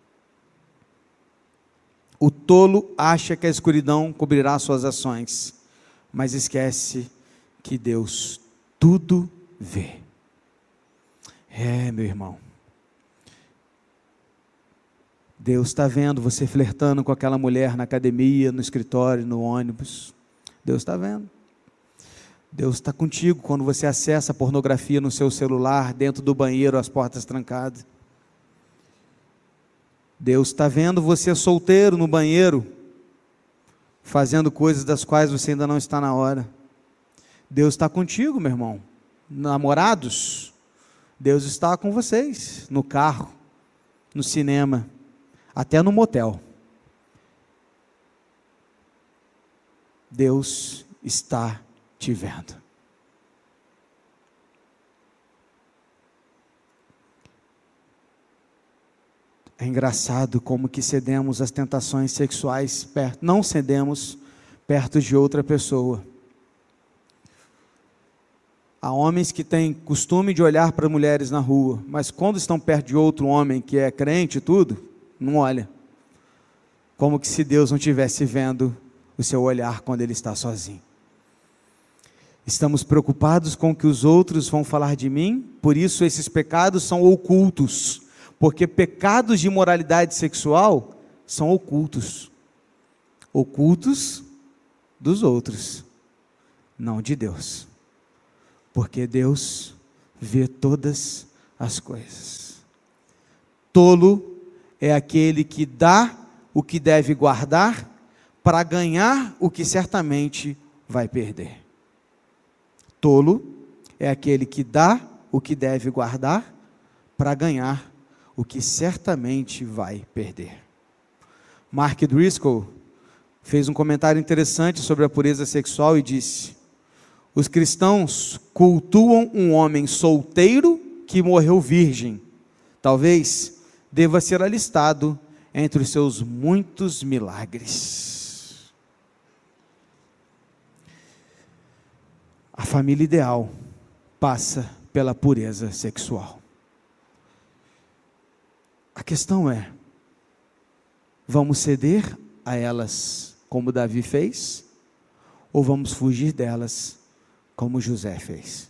Speaker 1: O tolo acha que a escuridão cobrirá suas ações, mas esquece que Deus tudo vê. Meu irmão, Deus está vendo você flertando com aquela mulher na academia, no escritório, no ônibus. Deus está vendo. Deus está contigo quando você acessa a pornografia no seu celular, dentro do banheiro, as portas trancadas. Deus está vendo você solteiro no banheiro, fazendo coisas das quais você ainda não está na hora. Deus está contigo, meu irmão. Namorados, Deus está com vocês, no carro, no cinema, até no motel. Deus está te vendo. É engraçado como que cedemos às tentações sexuais, não cedemos perto de outra pessoa. Há homens que têm costume de olhar para mulheres na rua, mas quando estão perto de outro homem que é crente e tudo, não olha. Como que se Deus não estivesse vendo o seu olhar quando Ele está sozinho. Estamos preocupados com o que os outros vão falar de mim, por isso esses pecados são ocultos, porque pecados de imoralidade sexual são ocultos. Ocultos dos outros, não de Deus. Porque Deus vê todas as coisas. Tolo é aquele que dá o que deve guardar para ganhar o que certamente vai perder. Tolo é aquele que dá o que deve guardar para ganhar o que certamente vai perder. Mark Driscoll fez um comentário interessante sobre a pureza sexual e disse: os cristãos cultuam um homem solteiro que morreu virgem. Talvez deva ser alistado entre os seus muitos milagres. A família ideal passa pela pureza sexual. A questão é, vamos ceder a elas como Davi fez? Ou vamos fugir delas como José fez?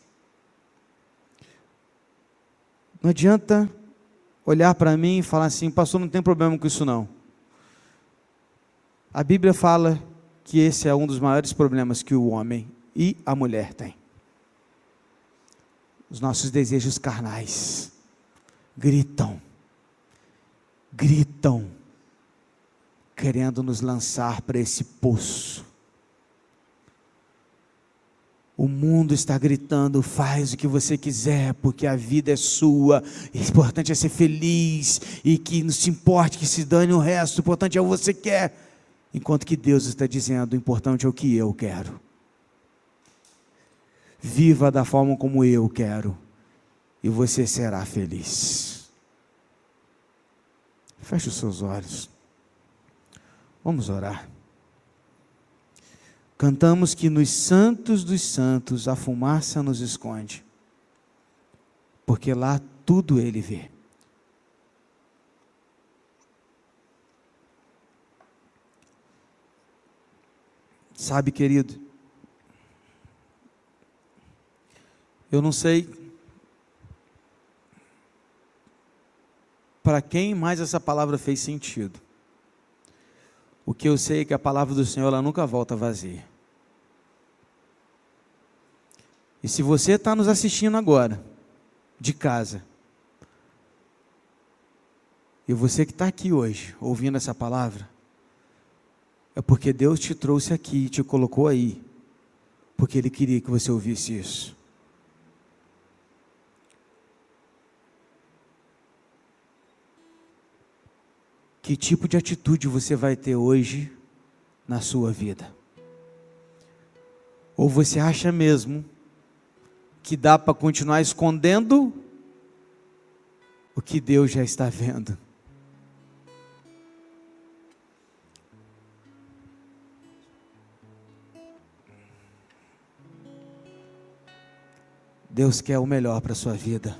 Speaker 1: Não adianta olhar para mim e falar assim: pastor, não tem problema com isso não. A Bíblia fala que esse é um dos maiores problemas que o homem e a mulher têm. Os nossos desejos carnais gritam, querendo nos lançar para esse poço. O mundo está gritando: faz o que você quiser, porque a vida é sua, o importante é ser feliz, e que não se importe, que se dane o resto, o importante é o que você quer. Enquanto que Deus está dizendo: o importante é o que eu quero. Viva da forma como eu quero, e você será feliz. Feche os seus olhos. Vamos orar. Cantamos que nos santos dos santos a fumaça nos esconde, porque lá tudo Ele vê. Sabe, querido, eu não sei para quem mais essa palavra fez sentido. O que eu sei é que a palavra do Senhor, ela nunca volta vazia. E se você está nos assistindo agora, de casa, e você que está aqui hoje, ouvindo essa palavra, é porque Deus te trouxe aqui, te colocou aí, porque Ele queria que você ouvisse isso. Que tipo de atitude você vai ter hoje na sua vida? Ou você acha mesmo que dá para continuar escondendo o que Deus já está vendo? Deus quer o melhor para a sua vida.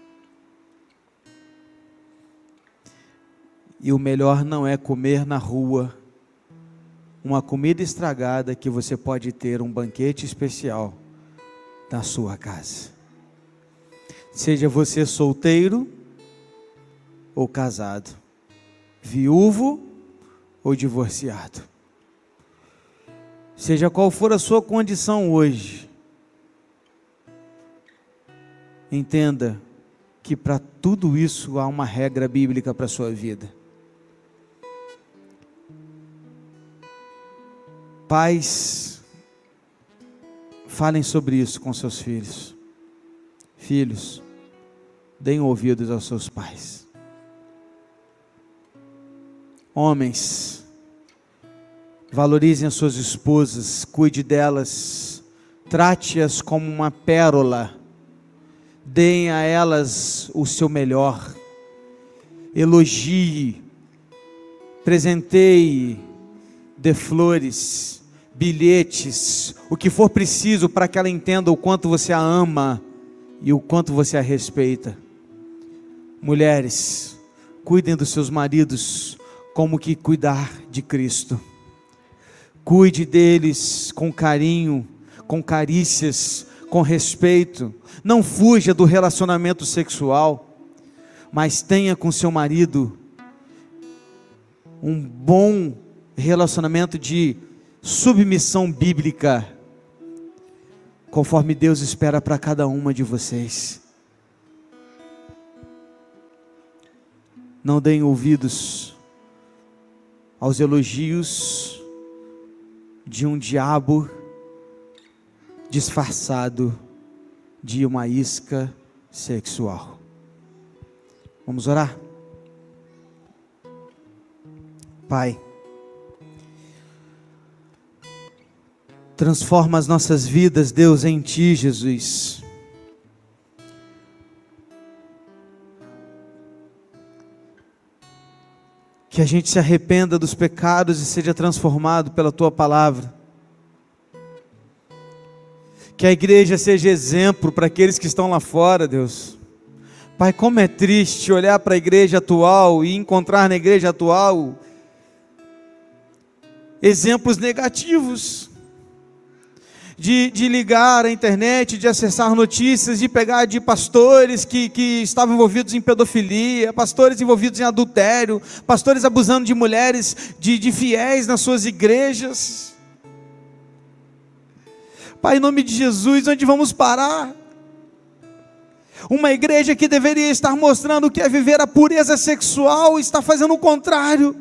Speaker 1: E o melhor não é comer na rua uma comida estragada que você pode ter um banquete especial na sua casa. Seja você solteiro ou casado, viúvo ou divorciado. Seja qual for a sua condição hoje, entenda que para tudo isso há uma regra bíblica para a sua vida. Pais, falem sobre isso com seus filhos. Filhos, deem ouvidos aos seus pais. Homens, valorizem as suas esposas, cuide delas, trate-as como uma pérola, deem a elas o seu melhor, elogie, presenteie, dê flores, bilhetes, o que for preciso para que ela entenda o quanto você a ama e o quanto você a respeita. Mulheres, cuidem dos seus maridos como que cuidar de Cristo. Cuide deles com carinho, com carícias, com respeito. Não fuja do relacionamento sexual, mas tenha com seu marido um bom relacionamento de submissão bíblica, conforme Deus espera para cada uma de vocês. Não deem ouvidos aos elogios de um diabo disfarçado de uma isca sexual. Vamos orar? Pai, transforma as nossas vidas, Deus, em Ti, Jesus. Que a gente se arrependa dos pecados e seja transformado pela Tua palavra. Que a igreja seja exemplo para aqueles que estão lá fora, Deus. Pai, como é triste olhar para a igreja atual e encontrar na igreja atual exemplos negativos. De ligar a internet, de acessar notícias, de pegar de pastores que estavam envolvidos em pedofilia, pastores envolvidos em adultério, pastores abusando de mulheres, de fiéis nas suas igrejas. Pai, em nome de Jesus, onde vamos parar? Uma igreja que deveria estar mostrando o que é viver a pureza sexual, está fazendo o contrário.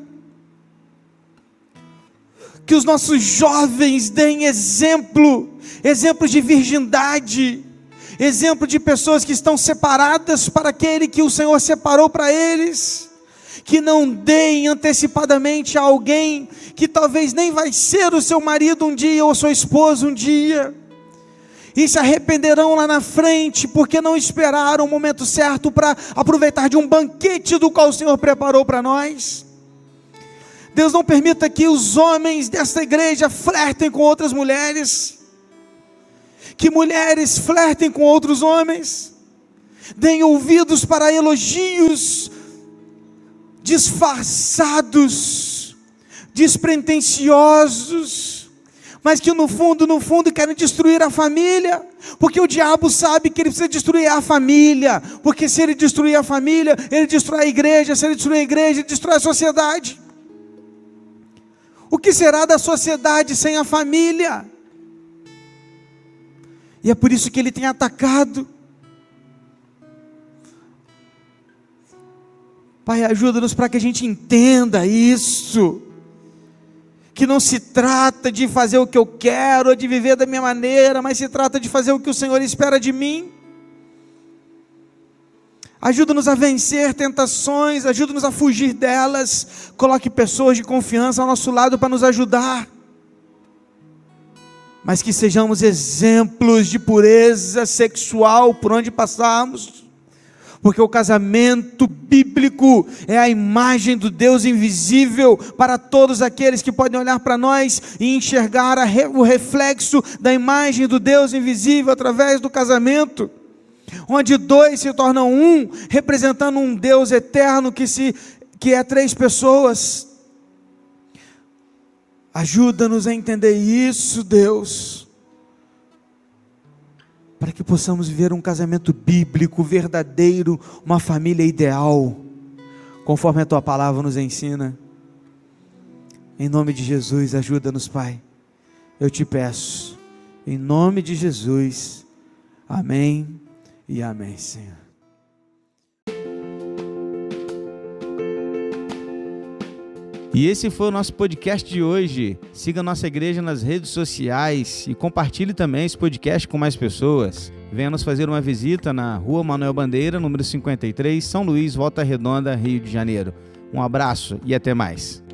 Speaker 1: Que os nossos jovens deem exemplos de virgindade, exemplo de pessoas que estão separadas para aquele que o Senhor separou para eles, que não deem antecipadamente a alguém que talvez nem vai ser o seu marido um dia, ou sua esposa um dia, e se arrependerão lá na frente, porque não esperaram o momento certo para aproveitar de um banquete do qual o Senhor preparou para nós. Deus, não permita que os homens desta igreja flertem com outras mulheres, que mulheres flertem com outros homens, deem ouvidos para elogios disfarçados, despretensiosos, mas que no fundo querem destruir a família, porque o diabo sabe que ele precisa destruir a família, porque se ele destruir a família, ele destrói a igreja, se ele destruir a igreja, ele destrói a sociedade. O que será da sociedade sem a família? E é por isso que ele tem atacado. Pai, ajuda-nos para que a gente entenda isso, que não se trata de fazer o que eu quero, ou de viver da minha maneira, mas se trata de fazer o que o Senhor espera de mim. Ajuda-nos a vencer tentações, ajuda-nos a fugir delas, coloque pessoas de confiança ao nosso lado para nos ajudar, mas que sejamos exemplos de pureza sexual por onde passarmos, porque o casamento bíblico é a imagem do Deus invisível para todos aqueles que podem olhar para nós e enxergar o reflexo da imagem do Deus invisível através do casamento, onde dois se tornam um, representando um Deus eterno que é três pessoas. Ajuda-nos a entender isso, Deus, para que possamos viver um casamento bíblico, verdadeiro, uma família ideal, conforme a Tua palavra nos ensina. Em nome de Jesus, ajuda-nos, Pai, eu te peço, em nome de Jesus, amém e amém, Senhor. E esse foi o nosso podcast de hoje. Siga a nossa igreja nas redes sociais e compartilhe também esse podcast com mais pessoas. Venha nos fazer uma visita na Rua Manuel Bandeira, número 53, São Luís, Volta Redonda, Rio de Janeiro. Um abraço e até mais.